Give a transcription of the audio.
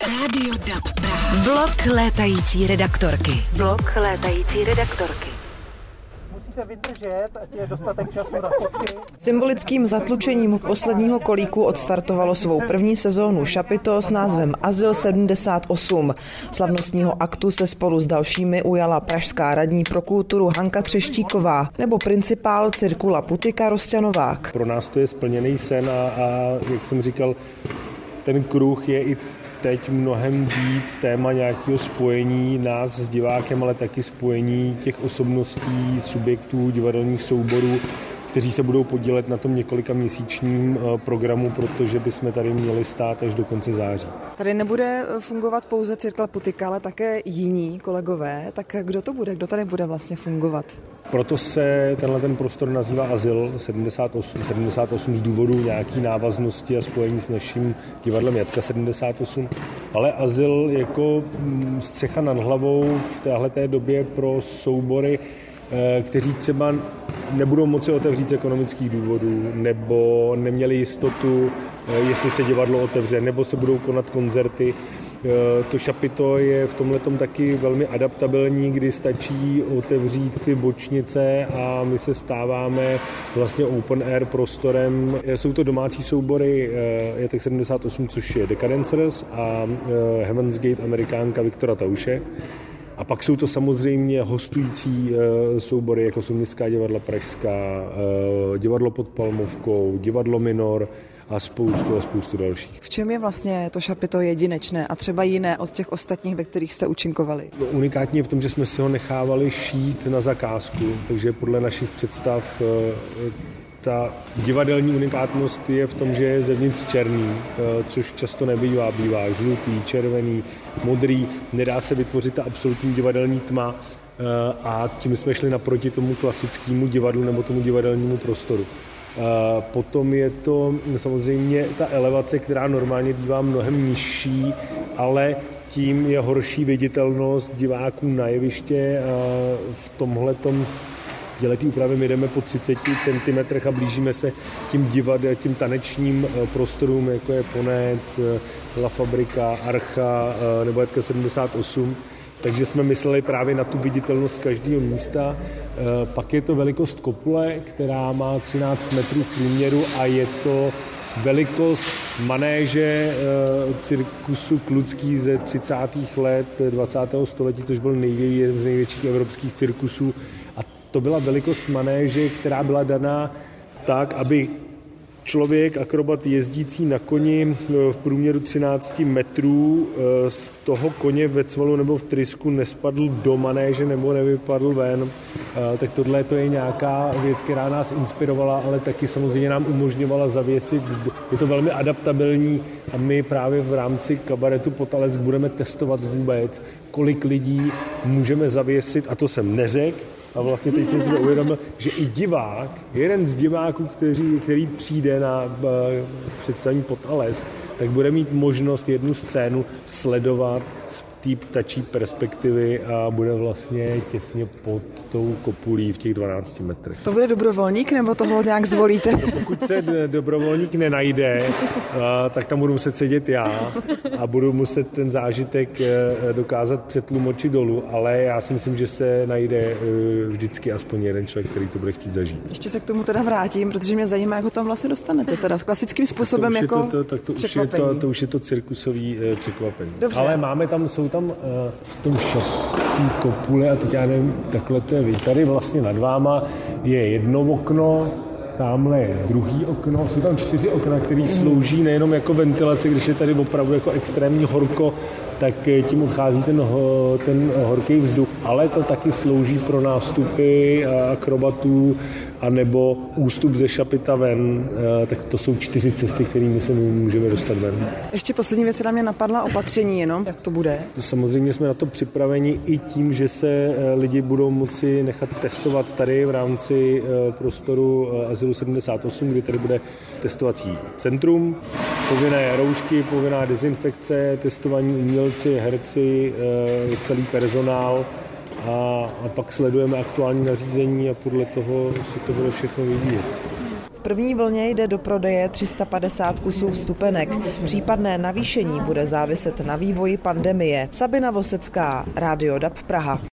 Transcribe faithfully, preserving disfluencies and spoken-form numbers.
Rádio D A B Praha. Blok létající redaktorky. Blok létající redaktorky. Musíte vydržet, ať je dostatek času na fotky. Symbolickým zatlučením posledního kolíku odstartovalo svou první sezónu Šapito s názvem Azyl sedmdesát osm. Slavnostního aktu se spolu s dalšími ujala pražská radní pro kulturu Hanka Třeštíková nebo principál cirku Laputika Rozťanovák. Pro nás to je splněný sen a, a jak jsem říkal, ten kruh je i teď mnohem víc téma nějakého spojení nás s divákem, ale taky spojení těch osobností, subjektů, divadelních souborů, kteří se budou podílet na tom několika měsíčním programu, protože bychom tady měli stát až do konce září. Tady nebude fungovat pouze cirk Laputika, ale také jiní kolegové. Tak kdo to bude? Kdo tady bude vlastně fungovat? Proto se tenhle ten prostor nazývá Azyl sedmdesát osm. sedmdesát osm z důvodu nějaký návaznosti a spojení s naším divadlem Jatka sedmdesát osm. Ale Azyl jako střecha nad hlavou v téhleté době pro soubory, kteří třeba nebudou moci otevřít z ekonomických důvodů, nebo neměli jistotu, jestli se divadlo otevře, nebo se budou konat koncerty. To Šapito je v tomhletom taky velmi adaptabilní, kdy stačí otevřít ty bočnice a my se stáváme vlastně open air prostorem. Jsou to domácí soubory Jatek sedmdesát osm, což je Decadencers, a Heaven's Gate Amerikánka Viktora Tauše. A pak jsou to samozřejmě hostující soubory, jako jsou Městská divadla pražská, divadlo pod Palmovkou, divadlo Minor a spoustu a spoustu dalších. V čem je vlastně to Šapito jedinečné a třeba jiné od těch ostatních, ve kterých jste účinkovali? No, unikátní je v tom, že jsme si ho nechávali šít na zakázku, takže podle našich představ ta divadelní unikátnost je v tom, že je zevnitř černý, což často nebývá, bývá žlutý, červený, modrý, nedá se vytvořit ta absolutní divadelní tma a tím jsme šli naproti tomu klasickému divadlu nebo tomu divadelnímu prostoru. Potom je to samozřejmě ta elevace, která normálně bývá mnohem nižší, ale tím je horší viditelnost diváků na jeviště. V tomhletom děletý úpravy my jdeme po třicet centimetrech a blížíme se tím divadel, tím tanečním prostorům, jako je Ponec, La Fabrika, Archa nebo Jatka sedmdesát osm. Takže jsme mysleli právě na tu viditelnost každého místa. Pak je to velikost kopule, která má třináct metrů v průměru a je to velikost manéže cirkusu Kludský ze třicátých let dvacátého století, což byl nejvě, jeden z největších evropských cirkusů. A to byla velikost manéže, která byla daná tak, aby člověk, akrobat jezdící na koni v průměru třináct metrů z toho koně ve cvalu nebo v trysku nespadl do manéže nebo nevypadl ven. Tak tohle to je nějaká věc, která nás inspirovala, ale taky samozřejmě nám umožňovala zavěsit. Je to velmi adaptabilní a my právě v rámci kabaretu Potalesk budeme testovat vůbec, kolik lidí můžeme zavěsit, a to jsem neřekl. A vlastně teď jsem si to uvědomil, že i divák, jeden z diváků, který, který přijde na uh, představení Potalesk, tak bude mít možnost jednu scénu sledovat z té ptačí perspektivy a bude vlastně těsně pod tou kopulí v těch dvanácti metrech. To bude dobrovolník, nebo toho nějak zvolíte? No, pokud se dobrovolník nenajde, uh, tak tam budu muset sedět já a budu muset ten zážitek uh, dokázat přetlumočit dolů, ale já si myslím, že se najde uh, vždycky aspoň jeden člověk, který to bude chtít zažít. Ještě se k tomu teda vrátím, protože mě zajímá, jak ho tam vlastně dostanete, teda s klasickým způsobem to jako to, to, tak to už je to, to už je to cirkusový uh, překvapení. Dobře. Ale máme tam, jsou tam uh, v tom šop, v kopule, a teď já nevím, takhle to je vy. Tady vlastně nad váma je jedno okno, tamhle je druhý okno, jsou tam čtyři okna, které slouží nejenom jako ventilace, když je tady opravdu jako extrémní horko, tak tím odchází ten, ten horký vzduch, ale to taky slouží pro nástupy akrobatů anebo ústup ze Šapita ven, tak to jsou čtyři cesty, kterými se můžeme dostat ven. Ještě poslední věc, která mě napadla, opatření jenom, jak to bude? To samozřejmě jsme na to připraveni i tím, že se lidi budou moci nechat testovat tady v rámci prostoru Azylu sedmdesát osm, kdy tady bude testovací centrum, povinné roušky, povinná dezinfekce, testování umělci, herci, celý personál. A, a pak sledujeme aktuální nařízení a podle toho se to bude všechno vyvíjet. první vlně jde do prodeje tři sta padesát kusů vstupenek. Případné navýšení bude záviset na vývoji pandemie. Sabina Vosecká, Rádio D A B Praha.